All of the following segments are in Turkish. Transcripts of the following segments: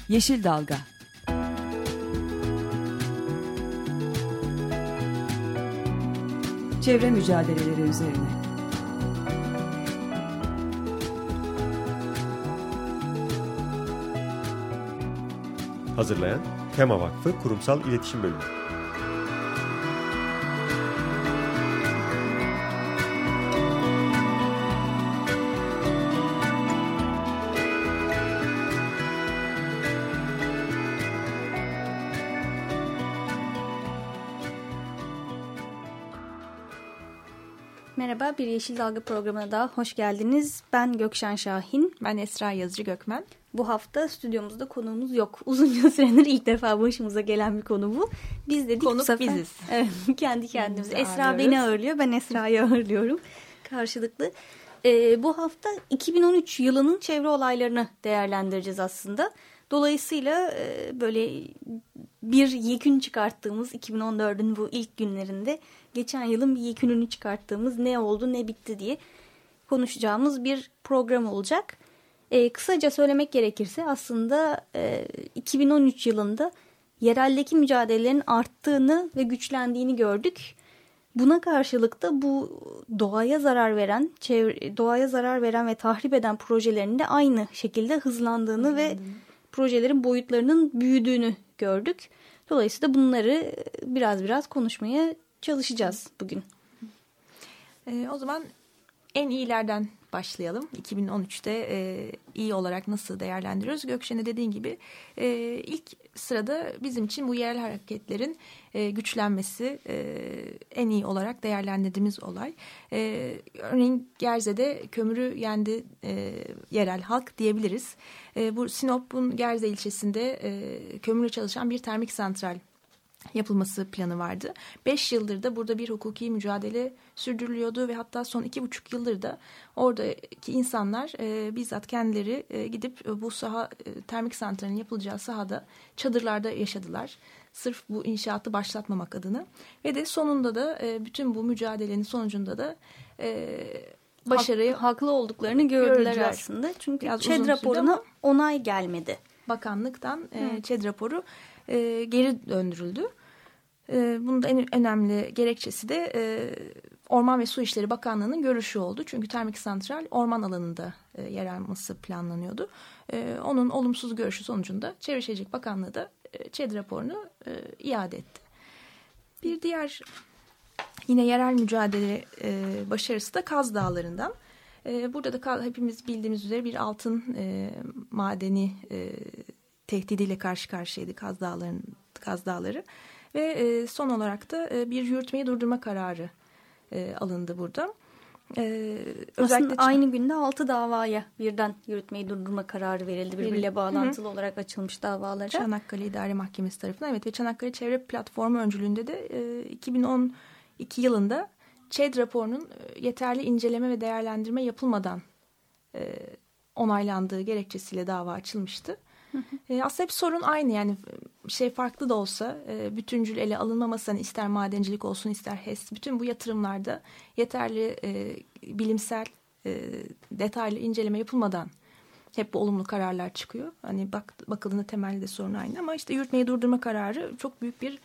Yeşil Dalga. Çevre mücadeleleri üzerine. Hazırlayan Tema Vakfı Kurumsal İletişim Bölümü. Merhaba, bir Yeşil Dalga programına daha hoş geldiniz. Ben Gökşen Şahin. Ben Esra Yazıcı Gökmen. Bu hafta stüdyomuzda konuğumuz yok. Uzunca süredir ilk defa başımıza gelen bir konu bu. Biz dedik konuk bu sefer, biziz. Evet, kendi kendimize. Esra beni ağırlıyor, ben Esra'yı ağırlıyorum. Karşılıklı. Bu hafta 2013 yılının çevre olaylarını değerlendireceğiz aslında. Dolayısıyla böyle bir yekün çıkarttığımız 2014'ün bu ilk günlerinde geçen yılın bir yekününü çıkarttığımız ne oldu ne bitti diye konuşacağımız bir program olacak. Kısaca söylemek gerekirse aslında 2013 yılında yereldeki mücadelelerin arttığını ve güçlendiğini gördük. Buna karşılık da bu doğaya zarar veren ve tahrip eden projelerin de aynı şekilde hızlandığını ve projelerin boyutlarının büyüdüğünü gördük. Dolayısıyla bunları biraz konuşmaya çalışacağız bugün. O zaman en iyilerden başlayalım. 2013'te iyi olarak nasıl değerlendiriyoruz? Gökşen'e dediğin gibi ilk sırada bizim için bu yerel hareketlerin güçlenmesi en iyi olarak değerlendirdiğimiz olay. Örneğin Gerze'de kömürü yendi yerel halk diyebiliriz. Bu Sinop'un Gerze ilçesinde kömürle çalışan bir termik santral yapılması planı vardı. 5 yıldır da burada bir hukuki mücadele sürdürülüyordu ve hatta son 2,5 yıldır da oradaki insanlar bizzat kendileri gidip bu termik santralin yapılacağı sahada çadırlarda yaşadılar. Sırf bu inşaatı başlatmamak adına ve de sonunda da bütün bu mücadelenin sonucunda da başarıyı haklı olduklarını gördüler aslında. Çünkü ÇED raporuna onay gelmedi. Bakanlıktan ÇED raporu geri döndürüldü. Bunun da en önemli gerekçesi de Orman ve Su İşleri Bakanlığı'nın görüşü oldu. Çünkü termik santral orman alanında yer alması planlanıyordu. Onun olumsuz görüşü sonucunda Çevre Şehircilik Bakanlığı da ÇED raporunu iade etti. Bir diğer yine yerel mücadele başarısı da Kaz Dağları'ndan. Burada da hepimiz bildiğimiz üzere bir altın madeni tehdidiyle karşı karşıyaydı Kaz Dağları ve son olarak da bir yürütmeyi durdurma kararı alındı burada. Özellikle aynı günde 6 davaya birden yürütmeyi durdurma kararı verildi. Birbiriyle bağlantılı olarak açılmış davalara. Çanakkale İdare Mahkemesi tarafından ve Çanakkale Çevre Platformu öncülüğünde de 2012 yılında ÇED raporunun yeterli inceleme ve değerlendirme yapılmadan onaylandığı gerekçesiyle dava açılmıştı. Aslında hep sorun aynı, yani farklı da olsa bütüncül ele alınmaması, hani ister madencilik olsun ister HES, bütün bu yatırımlarda yeterli bilimsel detaylı inceleme yapılmadan hep bu olumlu kararlar çıkıyor. Hani bakıldığında temelde sorun aynı ama işte yürütmeyi durdurma kararı çok büyük bir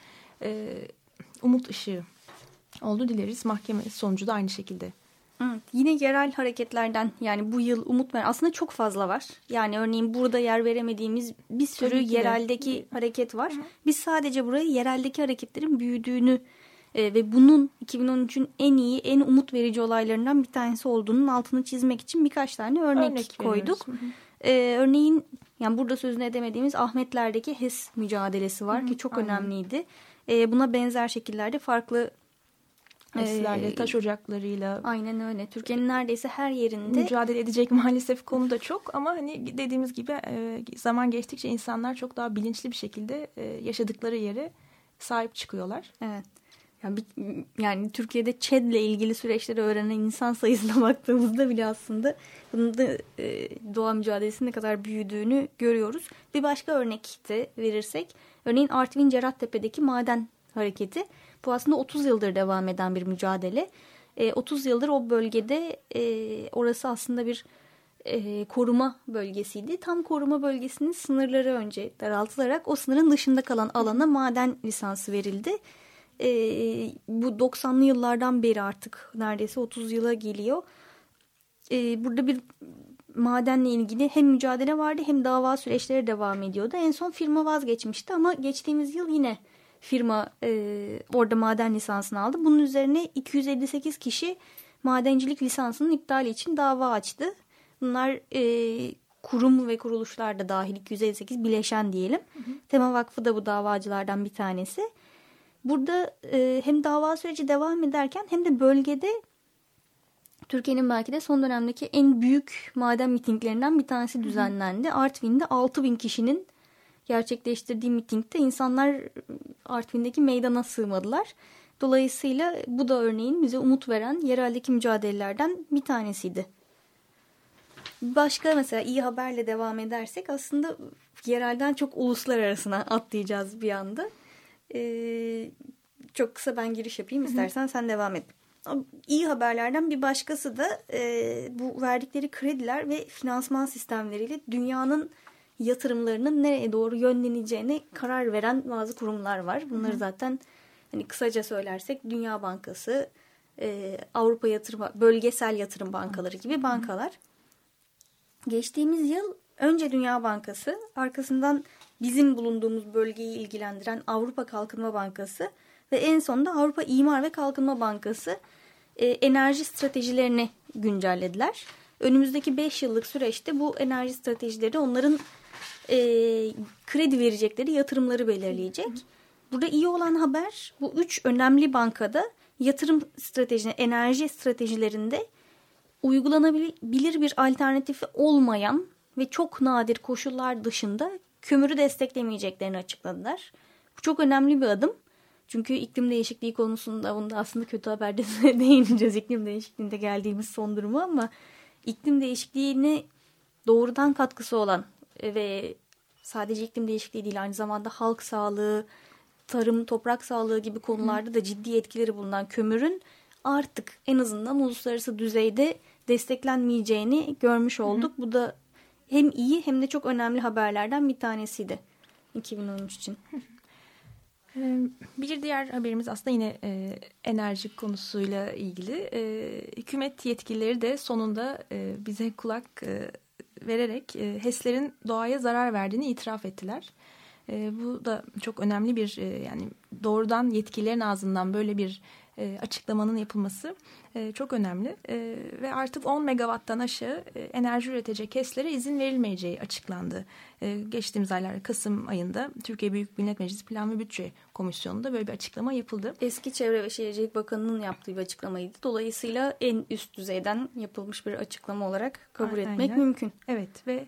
umut ışığı oldu, dileriz mahkeme sonucu da aynı şekilde. Evet, yine yerel hareketlerden, yani bu yıl umut veren aslında çok fazla var. Yani örneğin burada yer veremediğimiz bir sürü yereldeki hareket var. Biz sadece buraya yereldeki hareketlerin büyüdüğünü ve bunun 2013'ün en iyi, en umut verici olaylarından bir tanesi olduğunun altını çizmek için birkaç tane örnek koyduk. Örneğin yani burada sözünü edemediğimiz Ahmetler'deki HES mücadelesi var ki çok önemliydi. Buna benzer şekillerde farklı HES'lerle, taş ocaklarıyla. Aynen öyle. Türkiye'nin neredeyse her yerinde mücadele edecek maalesef konu da çok ama hani dediğimiz gibi zaman geçtikçe insanlar çok daha bilinçli bir şekilde yaşadıkları yere sahip çıkıyorlar. Evet. Yani Türkiye'de ÇED'le ilgili süreçleri öğrenen insan sayısına baktığımızda bile aslında bunun da doğa mücadelesinin ne kadar büyüdüğünü görüyoruz. Bir başka örnek de verirsek, örneğin Artvin Cerattepe'deki maden hareketi. Bu aslında 30 yıldır devam eden bir mücadele. 30 yıldır o bölgede orası aslında bir koruma bölgesiydi. Tam koruma bölgesinin sınırları önce daraltılarak o sınırın dışında kalan alana maden lisansı verildi. Bu 90'lı yıllardan beri artık neredeyse 30 yıla geliyor. Burada bir madenle ilgili hem mücadele vardı hem dava süreçleri devam ediyordu. En son firma vazgeçmişti ama geçtiğimiz yıl yine firma orada maden lisansını aldı. Bunun üzerine 258 kişi madencilik lisansının iptali için dava açtı. Bunlar kurum ve kuruluşlar da dahil 258 bileşen diyelim. Tema Vakfı da bu davacılardan bir tanesi. Burada hem dava süreci devam ederken hem de bölgede Türkiye'nin belki de son dönemdeki en büyük maden mitinglerinden bir tanesi düzenlendi. Artvin'de 6.000 kişinin gerçekleştirdiği mitingde insanlar Artvin'deki meydana sığmadılar. Dolayısıyla bu da örneğin bize umut veren yereldeki mücadelelerden bir tanesiydi. Başka mesela iyi haberle devam edersek aslında yerelden çok uluslararasına atlayacağız bir anda. Çok kısa ben giriş yapayım, istersen sen devam et. İyi haberlerden bir başkası da bu verdikleri krediler ve finansman sistemleriyle dünyanın yatırımlarının nereye doğru yönleneceğine karar veren bazı kurumlar var. Bunları zaten hani kısaca söylersek Dünya Bankası, Avrupa Bölgesel Yatırım Bankaları gibi bankalar. Geçtiğimiz yıl önce Dünya Bankası, arkasından bizim bulunduğumuz bölgeyi ilgilendiren Avrupa Kalkınma Bankası ve en sonunda Avrupa İmar ve Kalkınma Bankası enerji stratejilerini güncellediler. Önümüzdeki 5 yıllık süreçte bu enerji stratejileri onların kredi verecekleri yatırımları belirleyecek. Burada iyi olan haber, bu 3 önemli bankada yatırım enerji stratejilerinde uygulanabilir bir alternatifi olmayan ve çok nadir koşullar dışında kömürü desteklemeyeceklerini açıkladılar. Bu çok önemli bir adım. Çünkü iklim değişikliği konusunda bunda aslında kötü haberde değineceğiz. İklim değişikliğinde geldiğimiz son durumu ama iklim değişikliğine doğrudan katkısı olan ve sadece iklim değişikliği değil aynı zamanda halk sağlığı, tarım, toprak sağlığı gibi konularda da ciddi etkileri bulunan kömürün artık en azından uluslararası düzeyde desteklenmeyeceğini görmüş olduk. Bu da hem iyi hem de çok önemli haberlerden bir tanesiydi 2013 için. Bir diğer haberimiz aslında yine enerji konusuyla ilgili. Hükümet yetkilileri de sonunda bize kulak vererek HES'lerin doğaya zarar verdiğini itiraf ettiler. Bu da çok önemli bir yani doğrudan yetkililerin ağzından böyle bir açıklamanın yapılması çok önemli. Ve artık 10 megawatttan aşağı enerji üretecek HES'lere izin verilmeyeceği açıklandı. Geçtiğimiz aylar Kasım ayında Türkiye Büyük Millet Meclisi Plan ve Bütçe Komisyonu'nda böyle bir açıklama yapıldı. Eski Çevre ve Şehircilik Bakanı'nın yaptığı bir açıklamaydı. Dolayısıyla en üst düzeyden yapılmış bir açıklama olarak kabul etmek mümkün. Evet ve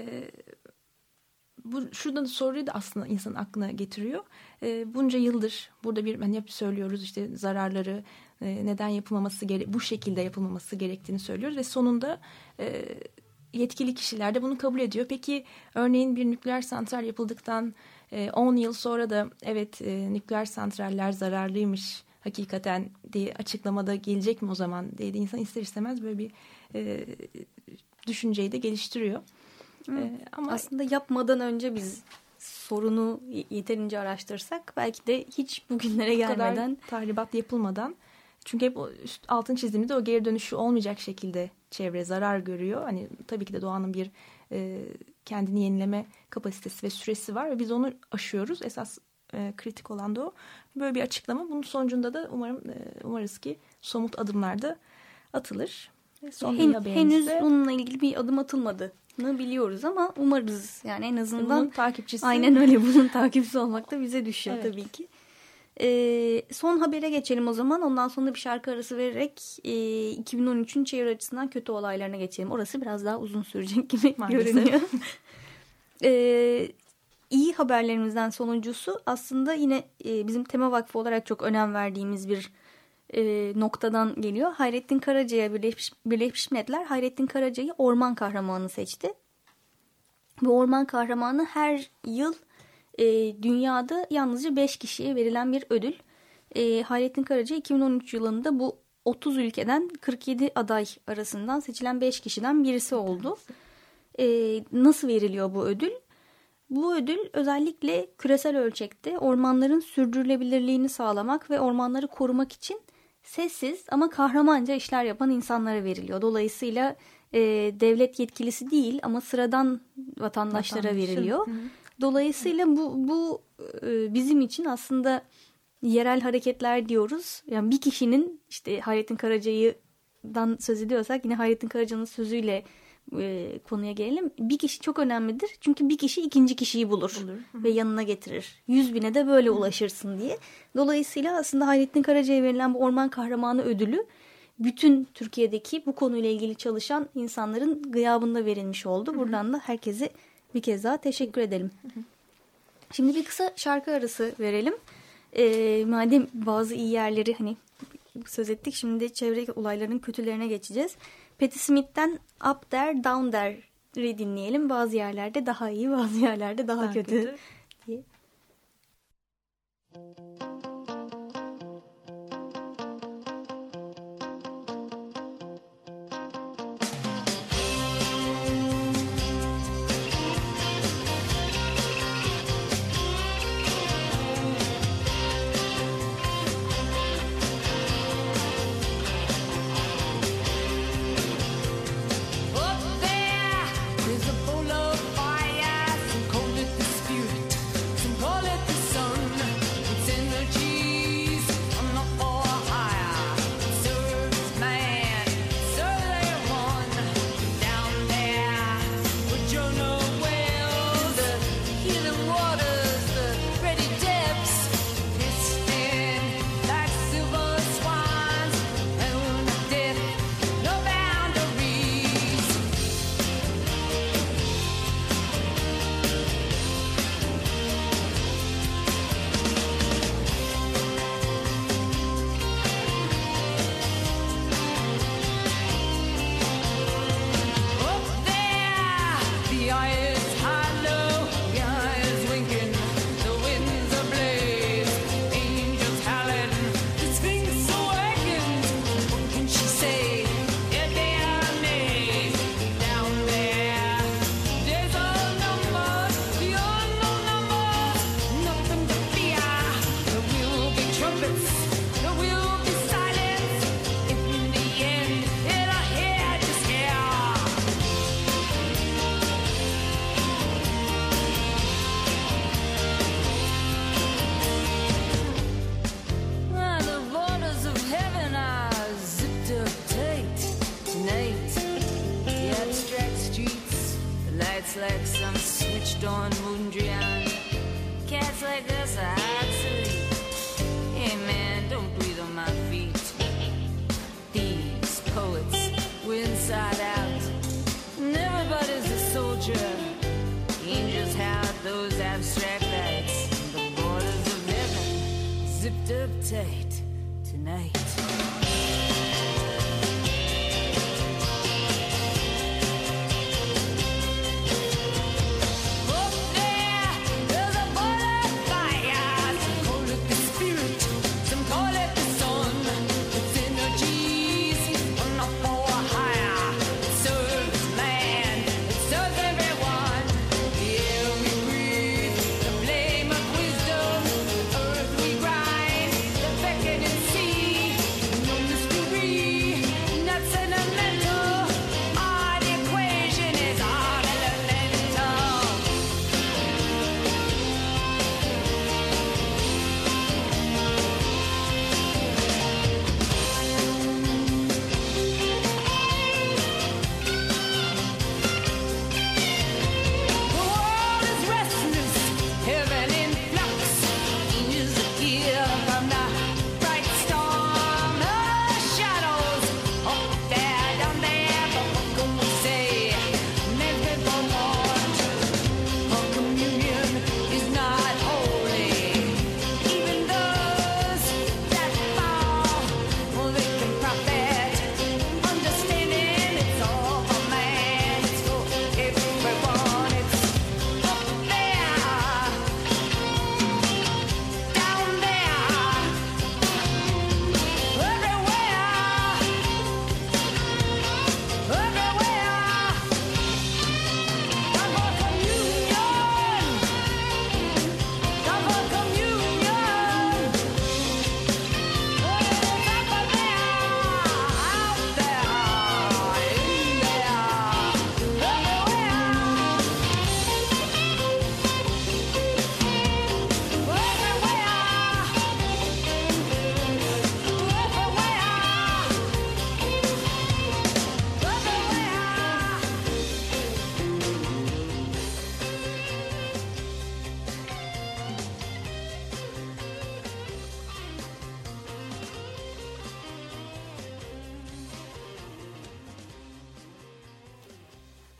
şuradan soruyu da aslında insanın aklına getiriyor. Bunca yıldır burada hani hep söylüyoruz işte zararları neden yapılmaması bu şekilde yapılmaması gerektiğini söylüyoruz ve sonunda yetkili kişiler de bunu kabul ediyor. Peki örneğin bir nükleer santral yapıldıktan 10 yıl sonra da evet nükleer santraller zararlıymış hakikaten diye açıklamada gelecek mi o zaman diye de insan ister istemez böyle bir düşünceyi de geliştiriyor. Ama aslında yapmadan önce biz sorunu yeterince araştırsak belki de hiç bugünlere gelmeden tahribat yapılmadan, çünkü hep altın çizdiğimizde o geri dönüşü olmayacak şekilde çevre zarar görüyor. Hani tabii ki de doğanın bir kendini yenileme kapasitesi ve süresi var ve biz onu aşıyoruz. Esas kritik olan da o. Böyle bir açıklama. Bunun sonucunda da umarız ki somut adımlar da atılır. Henüz bununla ilgili bir adım atılmadığını biliyoruz ama umarız yani en azından bunun takipçisi. Aynen öyle, bunun takipçisi olmak da bize düşüyor tabii ki. Son habere geçelim o zaman. Ondan sonra bir şarkı arası vererek 2013'ün çevre açısından kötü olaylarına geçelim. Orası biraz daha uzun sürecek gibi görünüyor. İyi haberlerimizden sonuncusu aslında yine bizim Tema Vakfı olarak çok önem verdiğimiz bir noktadan geliyor. Hayrettin Karaca'ya Birleşmiş Milletler Hayrettin Karaca'yı orman kahramanı seçti. Bu orman kahramanı her yıl dünyada yalnızca 5 kişiye verilen bir ödül. Hayrettin Karaca 2013 yılında bu 30 ülkeden 47 aday arasından seçilen 5 kişiden birisi oldu. Nasıl veriliyor bu ödül? Bu ödül özellikle küresel ölçekte ormanların sürdürülebilirliğini sağlamak ve ormanları korumak için sessiz ama kahramanca işler yapan insanlara veriliyor. Dolayısıyla devlet yetkilisi değil ama sıradan vatandaşlara veriliyor. Dolayısıyla bu bizim için aslında yerel hareketler diyoruz. Yani bir kişinin, işte Hayrettin Karaca'dan söz ediyorsak yine Hayrettin Karaca'nın sözüyle konuya gelelim. Bir kişi çok önemlidir. Çünkü bir kişi ikinci kişiyi bulur. Ve yanına getirir. 100.000'e de böyle ulaşırsın diye. Dolayısıyla aslında Hayrettin Karaca'ya verilen bu Orman Kahramanı ödülü bütün Türkiye'deki bu konuyla ilgili çalışan insanların gıyabında verilmiş oldu. Buradan da herkese bir kez daha teşekkür edelim. Şimdi bir kısa şarkı arası verelim. Madem bazı iyi yerleri hani söz ettik, şimdi çevre olaylarının kötülerine geçeceğiz. Patti Smith'ten Up There, Down There'i dinleyelim. Bazı yerlerde daha iyi, bazı yerlerde daha kötü diye. Like some switched on Mondrian. Cats like us are obsolete. Hey man, don't breathe on my feet. These poets were inside out. And everybody's a soldier. Angels have those abstract lights. And the borders of heaven zipped up tight tonight. Back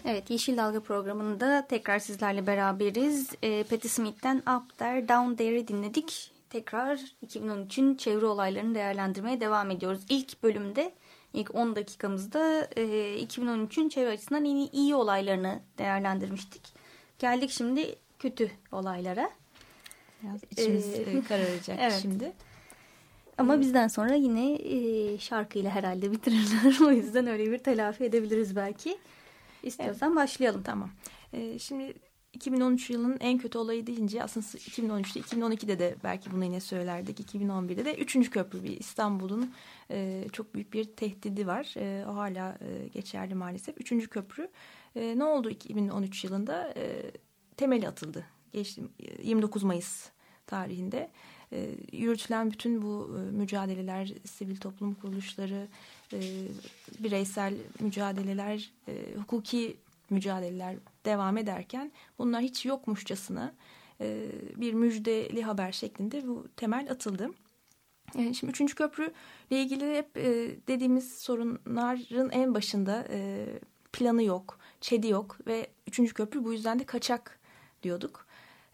Evet, Yeşil Dalga programında tekrar sizlerle beraberiz. Patti Smith'ten Up There, Down There'i dinledik. Tekrar 2013'ün çevre olaylarını değerlendirmeye devam ediyoruz. İlk bölümde, ilk 10 dakikamızda 2013'ün çevre açısından en iyi olaylarını değerlendirmiştik. Geldik şimdi kötü olaylara. Biraz içimiz kararacak evet. şimdi. Ama bizden sonra yine şarkıyla herhalde bitirirler. O yüzden öyle bir telafi edebiliriz belki. İstiyorsan başlayalım. Tamam. Şimdi 2013 yılının en kötü olayı deyince aslında 2013'te, 2012'de de belki bunu yine söylerdik. 2011'de de 3. köprü, bir İstanbul'un çok büyük bir tehdidi var. O hala geçerli maalesef. 3. köprü ne oldu 2013 yılında? Temeli atıldı. 29 Mayıs tarihinde. Yürütülen bütün bu mücadeleler, sivil toplum kuruluşları, bireysel mücadeleler, hukuki mücadeleler devam ederken bunlar hiç yokmuşçasına bir müjdeli haber şeklinde bu temel atıldı. Şimdi 3. köprü ile ilgili hep dediğimiz sorunların en başında planı yok, ÇED'i yok ve 3. köprü bu yüzden de kaçak diyorduk.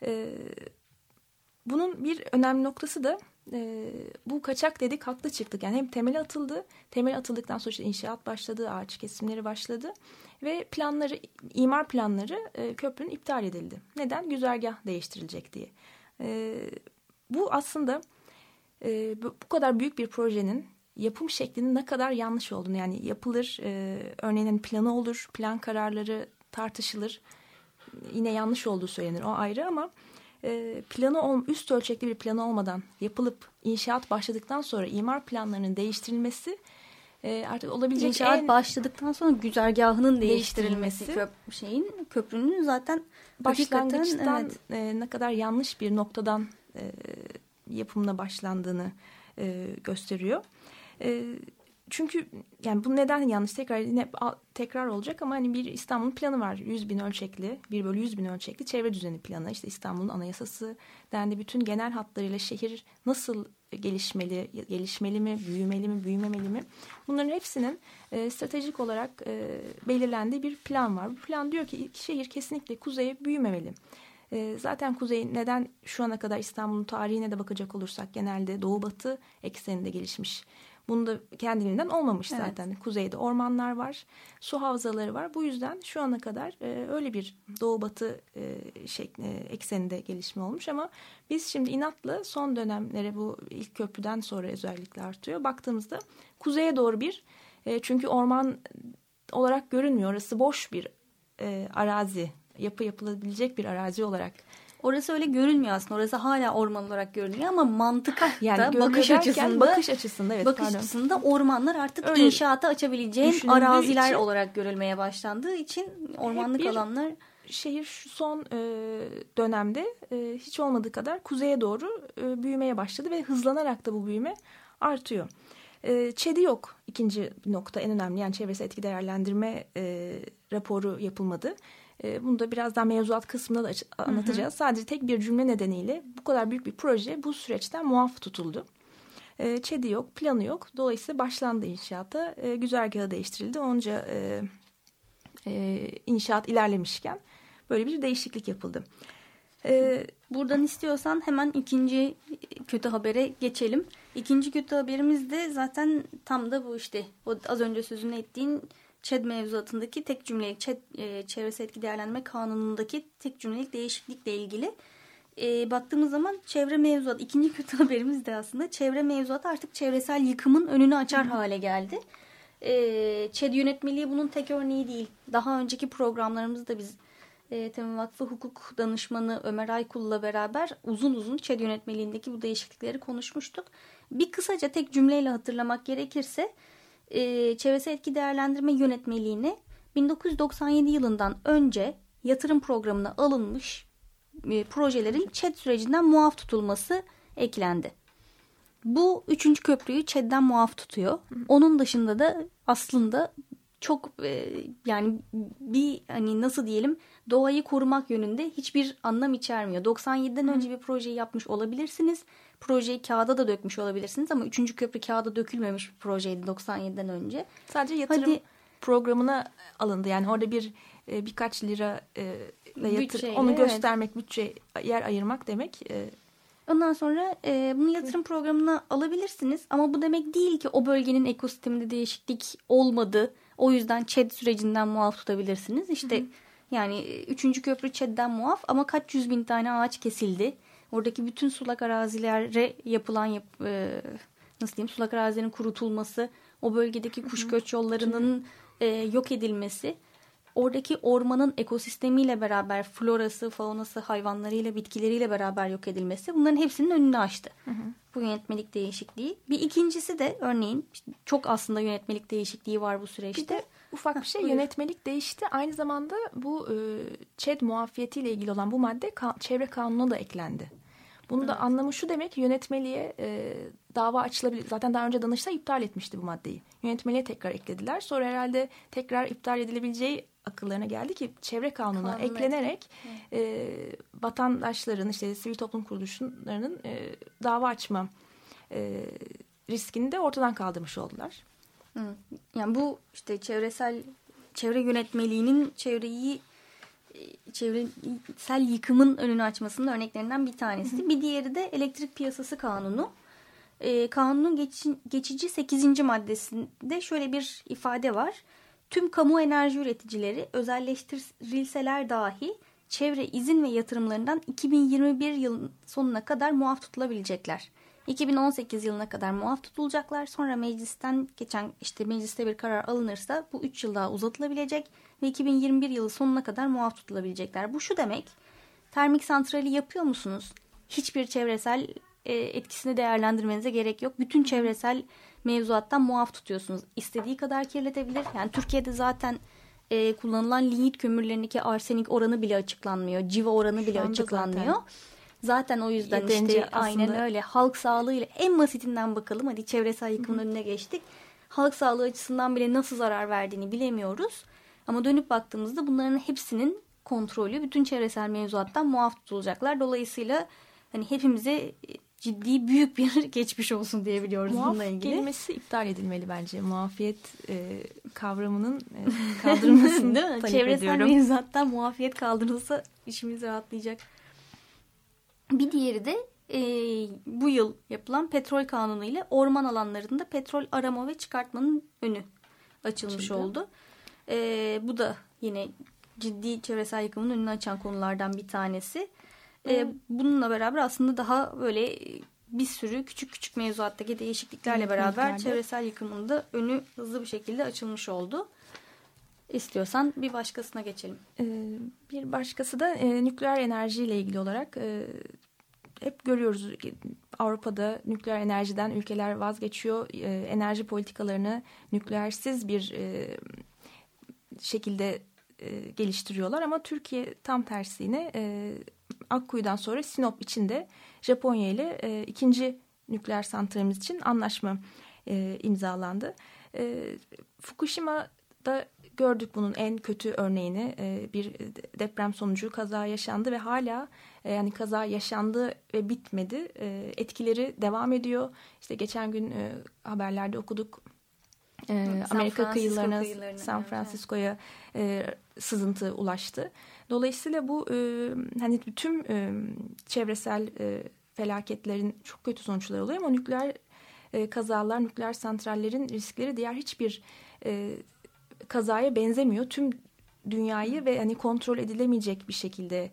Bunun bir önemli noktası da bu kaçak dedik, haklı çıktık. Yani hem temeli atıldı, temeli atıldıktan sonra işte inşaat başladı, ağaç kesimleri başladı ve planları, imar planları köprünün iptal edildi. Neden? Güzergah değiştirilecek diye. Bu aslında bu kadar büyük bir projenin yapım şeklinin ne kadar yanlış olduğunu, yani yapılır, örneğin planı olur, plan kararları tartışılır, yine yanlış olduğu söylenir, o ayrı, ama planı üst ölçekli bir planı olmadan yapılıp inşaat başladıktan sonra imar planlarının değiştirilmesi artık olabilecek İnşaat başladıktan sonra güzergahının değiştirilmesi köprünün zaten başlangıçtan ne kadar yanlış bir noktadan yapımına başlandığını gösteriyor. Çünkü yani bu neden yanlış, tekrar olacak ama hani bir İstanbul'un planı var. 100.000 ölçekli, 1/100.000 ölçekli çevre düzeni planı. İşte İstanbul'un anayasası dendi. Bütün genel hatlarıyla şehir nasıl gelişmeli mi, büyümemeli mi? Bunların hepsinin stratejik olarak belirlendiği bir plan var. Bu plan diyor ki şehir kesinlikle kuzeye büyümemeli. Zaten kuzey neden şu ana kadar İstanbul'un tarihine de bakacak olursak genelde doğu batı ekseninde gelişmiş. Bunu da kendiliğinden olmamış zaten. Evet. Kuzeyde ormanlar var, su havzaları var. Bu yüzden şu ana kadar öyle bir doğu batı ekseninde gelişme olmuş. Ama biz şimdi inatla son dönemlere, bu ilk köprüden sonra özellikle artıyor. Baktığımızda kuzeye doğru çünkü orman olarak görünmüyor. Orası boş bir arazi, yapılabilecek bir arazi olarak. Orası öyle görünmüyor aslında. Orası hala orman olarak görünüyor ama mantıkta, yani bakış açısında ormanlar artık öyle inşaata açabileceğin araziler olarak görülmeye başlandığı için ormanlık alanlar. Şehir şu son dönemde hiç olmadığı kadar kuzeye doğru büyümeye başladı ve hızlanarak da bu büyüme artıyor. ÇED'i yok. İkinci nokta en önemli, yani çevresel etki değerlendirme raporu yapılmadı. Bunu da birazdan mevzuat kısmında da anlatacağız. Sadece tek bir cümle nedeniyle bu kadar büyük bir proje bu süreçten muaf tutuldu. ÇED'i yok, planı yok. Dolayısıyla başlandı inşaata. Güzergahı değiştirildi. Onca inşaat ilerlemişken böyle bir değişiklik yapıldı. Buradan istiyorsan hemen ikinci kötü habere geçelim. İkinci kötü haberimiz de zaten tam da bu işte. O az önce sözünü ettiğin ÇED mevzuatındaki tek cümlelik çevresel etki değerlendirme kanunundaki tek cümlelik değişiklikle ilgili. Baktığımız zaman çevre mevzuatı, ikinci kötü haberimiz de aslında çevre mevzuatı artık çevresel yıkımın önünü açar hale geldi. ÇED yönetmeliği bunun tek örneği değil. Daha önceki programlarımızda biz Temel Vakfı Hukuk Danışmanı Ömer Aykul'la beraber uzun uzun ÇED yönetmeliğindeki bu değişiklikleri konuşmuştuk. Bir kısaca tek cümleyle hatırlamak gerekirse çevresel etki değerlendirme yönetmeliğine 1997 yılından önce yatırım programına alınmış projelerin ÇED sürecinden muaf tutulması eklendi. Bu 3. köprüyü ÇED'den muaf tutuyor. Onun dışında da aslında çok yani bir hani nasıl diyelim doğayı korumak yönünde hiçbir anlam içermiyor. 97'den önce bir projeyi yapmış olabilirsiniz. Projeyi kağıda da dökmüş olabilirsiniz ama 3. köprü kağıda dökülmemiş bir projeydi 97'den önce. Sadece yatırım programına alındı. Yani orada bir birkaç lira Bütçeyle, onu göstermek, bütçe yer ayırmak demek. Ondan sonra bunu yatırım programına alabilirsiniz. Ama bu demek değil ki o bölgenin ekosisteminde değişiklik olmadı. O yüzden ÇED sürecinden muaf tutabilirsiniz. İşte yani 3. köprü ÇED'den muaf ama kaç 100 bin tane ağaç kesildi. Oradaki bütün sulak arazilere yapılan nasıl diyeyim, sulak arazilerin kurutulması, o bölgedeki kuş göç yollarının yok edilmesi, oradaki ormanın ekosistemiyle beraber florası, faunası, hayvanlarıyla, bitkileriyle beraber yok edilmesi, bunların hepsinin önünü açtı. Bu yönetmelik değişikliği. Bir ikincisi de örneğin çok aslında yönetmelik değişikliği var bu süreçte. Bir de ufak bir şey, yönetmelik değişti. Aynı zamanda bu ÇED muafiyetiyle ilgili olan bu madde çevre kanununa da eklendi. Bunu da anlamı şu demek, yönetmeliğe dava açılabilir. Zaten daha önce Danıştay iptal etmişti bu maddeyi. Yönetmeliğe tekrar eklediler. Sonra herhalde tekrar iptal edilebileceği akıllarına geldi ki çevre kanununa eklenerek vatandaşların, işte sivil toplum kuruluşlarının dava açma riskini de ortadan kaldırmış oldular. Yani bu işte çevre yönetmeliğinin çevresel yıkımın önünü açmasının örneklerinden bir tanesi. Bir diğeri de elektrik piyasası kanunu. Kanunun geçici 8. maddesinde şöyle bir ifade var. Tüm kamu enerji üreticileri özelleştirilseler dahi çevre izin ve yatırımlarından 2021 yılının sonuna kadar muaf tutulabilecekler. 2018 yılına kadar muaf tutulacaklar. Sonra mecliste bir karar alınırsa bu 3 yıl daha uzatılabilecek ve 2021 yılı sonuna kadar muaf tutulabilecekler. Bu şu demek: termik santrali yapıyor musunuz? Hiçbir çevresel etkisini değerlendirmenize gerek yok. Bütün çevresel mevzuattan muaf tutuyorsunuz. İstediği kadar kirletebilir. Yani Türkiye'de zaten kullanılan lignit kömürlerindeki arsenik oranı bile açıklanmıyor. Civa oranı bile açıklanmıyor. Zaten o yüzden işte aynen öyle. Halk sağlığıyla en basitinden bakalım. Hadi çevresel yıkımın önüne geçtik. Halk sağlığı açısından bile nasıl zarar verdiğini bilemiyoruz. Ama dönüp baktığımızda bunların hepsinin kontrolü bütün çevresel mevzuattan muaf tutulacaklar. Dolayısıyla hani hepimize ciddi büyük bir geçmiş olsun diyebiliyoruz bununla ilgili. Muaf kelimesi iptal edilmeli bence. Muafiyet kavramının kaldırılmasını değil mi? talep Çevresel ediyorum. mevzuattan muafiyet kaldırılsa işimiz rahatlayacak. Bir diğeri de bu yıl yapılan petrol kanunu ile orman alanlarında petrol arama ve çıkartmanın önü açılmış oldu. Bu da yine ciddi çevresel yıkımın önünü açan konulardan bir tanesi. Bununla beraber aslında daha böyle bir sürü küçük küçük mevzuattaki değişikliklerle beraber çevresel yıkımın da önü hızlı bir şekilde açılmış oldu. İstiyorsan bir başkasına geçelim. Bir başkası da nükleer enerjiyle ilgili olarak hep görüyoruz Avrupa'da nükleer enerjiden ülkeler vazgeçiyor. Enerji politikalarını nükleersiz bir şekilde geliştiriyorlar ama Türkiye tam tersine Akkuyu'dan sonra Sinop için de Japonya ile ikinci nükleer santralimiz için anlaşma imzalandı. Fukushima'da gördük bunun en kötü örneğini. Bir deprem sonucu kaza yaşandı ve hala yani kaza yaşandı ve bitmedi. Etkileri devam ediyor. İşte geçen gün haberlerde okuduk. Amerika kıyılarına, San Francisco'ya sızıntı ulaştı. Dolayısıyla bu hani tüm çevresel felaketlerin çok kötü sonuçları oluyor ama nükleer kazalar, nükleer santrallerin riskleri diğer hiçbir kazaya benzemiyor. Tüm dünyayı ve hani kontrol edilemeyecek bir şekilde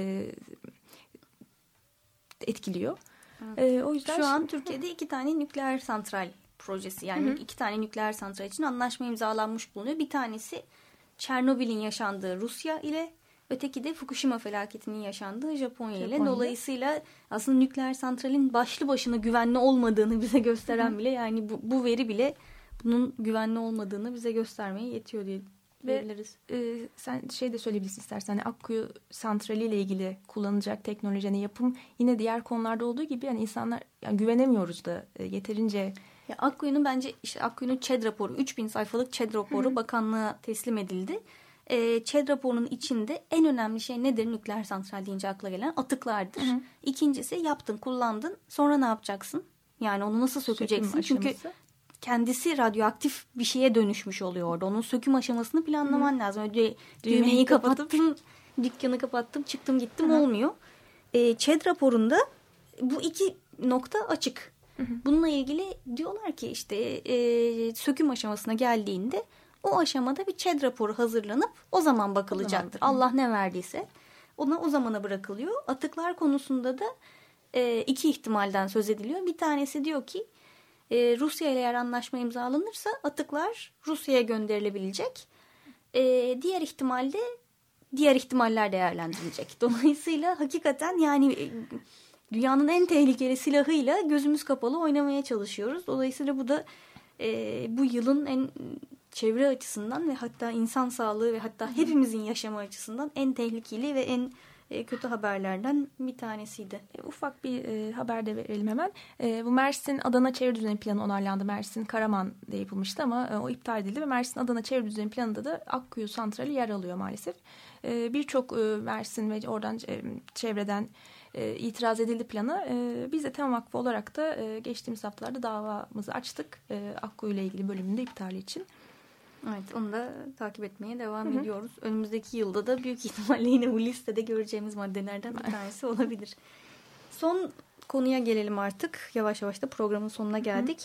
etkiliyor. O yüzden şu an Türkiye'de 2 tane nükleer santral projesi, yani 2 tane nükleer santral için anlaşma imzalanmış bulunuyor. Bir tanesi Çernobil'in yaşandığı Rusya ile, öteki de Fukushima felaketinin yaşandığı Japonya ile. Dolayısıyla aslında nükleer santralin başlı başına güvenli olmadığını bize gösteren bile, yani bu veri bile bunun güvenli olmadığını bize göstermeye yetiyor diyebiliriz. Ve sen şey de söyleyebilirsin istersen. Yani Akkuyu santrali ile ilgili kullanılacak teknolojinin yapım yine diğer konularda olduğu gibi yani insanlar yani güvenemiyoruz da yeterince. Ya Akkuyu'nun bence işte Akkuyu'nun ÇED raporu 3000 sayfalık ÇED raporu bakanlığa teslim edildi. ÇED raporunun içinde en önemli şey nedir? Nükleer santral deyince akla gelen atıklardır. İkincisi yaptın, kullandın, sonra ne yapacaksın? Yani onu nasıl sökeceksin? Çünkü kendisi radyoaktif bir şeye dönüşmüş oluyor orada. Onun söküm aşamasını planlaman lazım. Öyle düğmeyi kapattım, dükkanı kapattım, çıktım gittim olmuyor. ÇED raporunda bu iki nokta açık. Bununla ilgili diyorlar ki işte söküm aşamasına geldiğinde o aşamada bir ÇED raporu hazırlanıp o zaman bakılacaktır. Allah ne verdiyse ona o zamana bırakılıyor. Atıklar konusunda da iki ihtimalden söz ediliyor. Bir tanesi diyor ki Rusya ile eğer anlaşma imzalanırsa atıklar Rusya'ya gönderilebilecek. Diğer ihtimalde diğer ihtimaller değerlendirilecek. Dolayısıyla hakikaten yani dünyanın en tehlikeli silahıyla gözümüz kapalı oynamaya çalışıyoruz. Dolayısıyla bu da bu yılın en çevre açısından ve hatta insan sağlığı ve hatta hepimizin yaşamı açısından en tehlikeli ve en kötü haberlerden bir tanesiydi. Ufak bir haber de verelim hemen. Bu Mersin Adana Çevre Düzeni Planı onaylandı. Mersin Karaman'da yapılmıştı ama o iptal edildi ve Mersin Adana Çevre Düzeni Planı'nda da Akkuyu Santrali yer alıyor maalesef. Birçok Mersin ve oradan çevreden itiraz edildi plana. Biz de Tema Vakfı olarak da geçtiğimiz haftalarda davamızı açtık. Akkuyu ile ilgili bölümünde iptali için. Evet, onu da takip etmeye devam ediyoruz. Önümüzdeki yılda da büyük ihtimalle yine bu listede göreceğimiz maddelerden bir tanesi olabilir. Son konuya gelelim artık. Yavaş yavaş da programın sonuna geldik.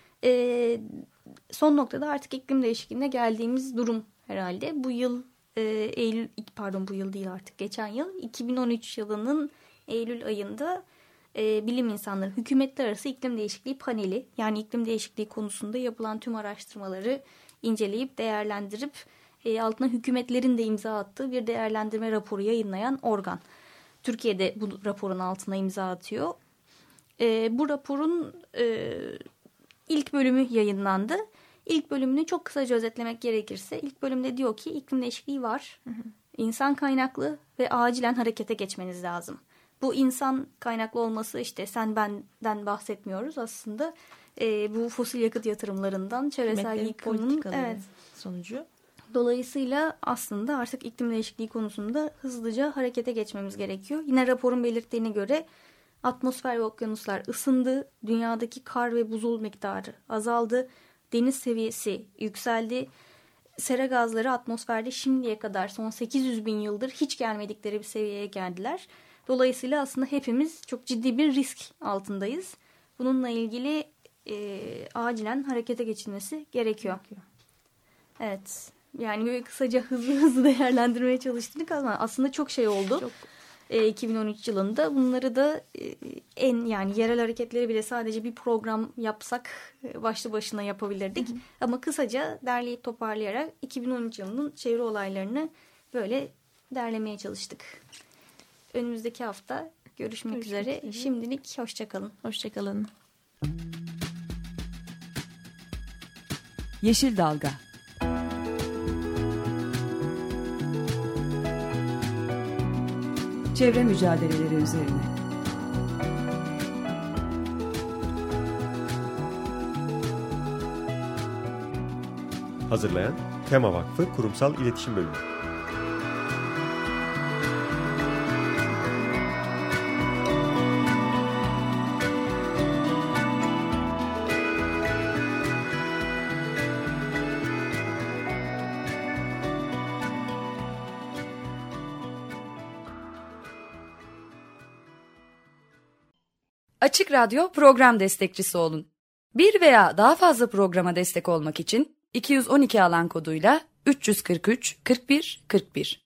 Son noktada artık iklim değişikliğine geldiğimiz durum herhalde. Bu yıl bu yıl değil artık geçen yıl 2013 yılının Eylül ayında bilim insanları hükümetler arası iklim değişikliği paneli, yani iklim değişikliği konusunda yapılan tüm araştırmaları inceleyip değerlendirip altına hükümetlerin de imza attığı bir değerlendirme raporu yayınlayan organ. Türkiye'de bu raporun altına imza atıyor. Bu raporun ilk bölümü yayınlandı. İlk bölümünü çok kısaca özetlemek gerekirse ilk bölümde diyor ki iklim değişikliği var. İnsan kaynaklı ve acilen harekete geçmeniz lazım. Bu insan kaynaklı olması işte sen benden bahsetmiyoruz aslında. Bu fosil yakıt yatırımlarından çevresel yıkımın sonucu. Dolayısıyla aslında artık iklim değişikliği konusunda hızlıca harekete geçmemiz gerekiyor. Yine raporun belirttiğine göre atmosfer ve okyanuslar ısındı. Dünyadaki kar ve buzul miktarı azaldı. Deniz seviyesi yükseldi. Sera gazları atmosferde şimdiye kadar son 800 bin yıldır hiç gelmedikleri bir seviyeye geldiler. Dolayısıyla aslında hepimiz çok ciddi bir risk altındayız. Bununla ilgili acilen harekete geçilmesi gerekiyor. Evet. Yani böyle kısaca hızlı değerlendirmeye çalıştık ama aslında çok şey oldu. 2013 yılında bunları da yani yerel hareketleri bile sadece bir program yapsak başlı başına yapabilirdik. Ama kısaca derleyip toparlayarak 2013 yılının çevre olaylarını böyle derlemeye çalıştık. Önümüzdeki hafta görüşmek üzere. Şimdilik hoşçakalın. Hoşçakalın. Yeşil Dalga. Çevre mücadeleleri üzerine. Hazırlayan Tema Vakfı Kurumsal İletişim Bölümü. Açık Radyo program destekçisi olun. Bir veya daha fazla programa destek olmak için 212 alan koduyla 343 41 41